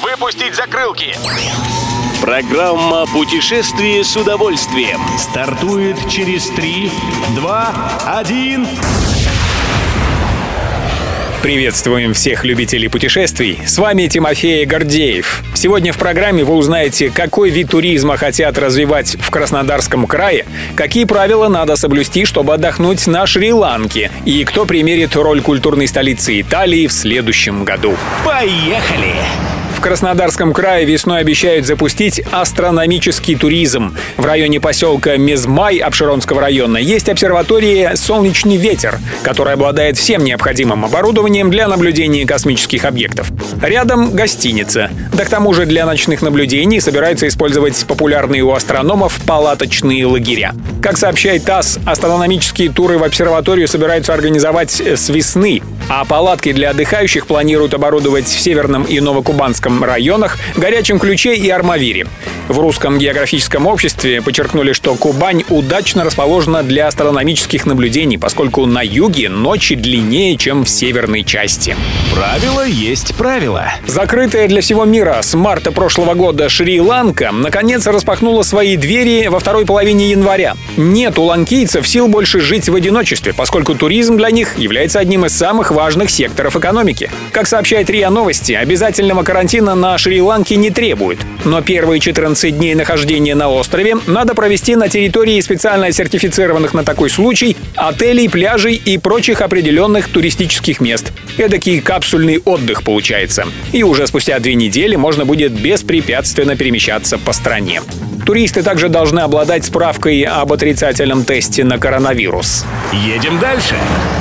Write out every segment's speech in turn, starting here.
Выпустить закрылки. Программа «Путешествие с удовольствием» стартует через 3, 2, 1... Приветствуем всех любителей путешествий. С вами Тимофей Гордеев. Сегодня в программе вы узнаете, какой вид туризма хотят развивать в Краснодарском крае, какие правила надо соблюсти, чтобы отдохнуть на Шри-Ланке, и кто примерит роль культурной столицы Италии в следующем году. Поехали! В Краснодарском крае весной обещают запустить астрономический туризм. В районе поселка Мезмай Апшеронского района есть обсерватория «Солнечный ветер», которая обладает всем необходимым оборудованием для наблюдения космических объектов. Рядом гостиница. Да к тому же для ночных наблюдений собираются использовать популярные у астрономов палаточные лагеря. Как сообщает ТАСС, астрономические туры в обсерваторию собираются организовать с весны, а палатки для отдыхающих планируют оборудовать в Северном и Новокубанском районах, Горячем Ключе и Армавире. В Русском географическом обществе подчеркнули, что Кубань удачно расположена для астрономических наблюдений, поскольку на юге ночи длиннее, чем в северной части. Правило есть правило. Закрытая для всего мира с марта прошлого года Шри-Ланка наконец распахнула свои двери во второй половине января. Нет у ланкийцев сил больше жить в одиночестве, поскольку туризм для них является одним из самых важных секторов экономики. Как сообщает РИА Новости, обязательного карантина на Шри-Ланке не требуют. Но первые 14 дней нахождения на острове надо провести на территории специально сертифицированных на такой случай отелей, пляжей и прочих определенных туристических мест. Эдакий капсульный отдых получается. И уже спустя 2 недели можно будет беспрепятственно перемещаться по стране. Туристы также должны обладать справкой об отрицательном тесте на коронавирус. Едем дальше.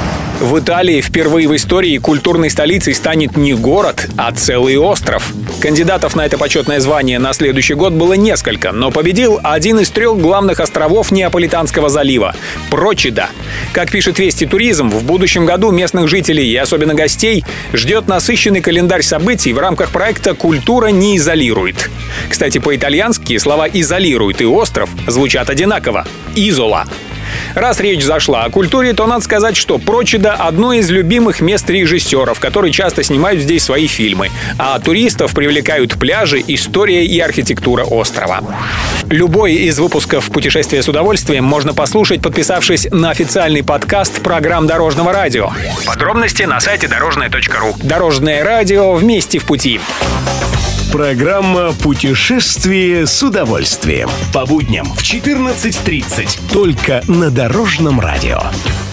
В Италии впервые в истории культурной столицей станет не город, а целый остров. Кандидатов на это почетное звание на следующий год было несколько, но победил один из 3 главных островов Неаполитанского залива – Прочида. Как пишет Вести Туризм, в будущем году местных жителей и особенно гостей ждет насыщенный календарь событий в рамках проекта «Культура не изолирует». Кстати, по-итальянски слова «изолирует» и «остров» звучат одинаково – «изола». Раз речь зашла о культуре, то надо сказать, что Прочида – одно из любимых мест режиссеров, которые часто снимают здесь свои фильмы. А туристов привлекают пляжи, история и архитектура острова. Любой из выпусков «Путешествия с удовольствием» можно послушать, подписавшись на официальный подкаст программ Дорожного радио. Подробности на сайте дорожное.ру. Дорожное радио, вместе в пути. Программа «Путешествие с удовольствием». По будням в 14:30. Только на Дорожном радио.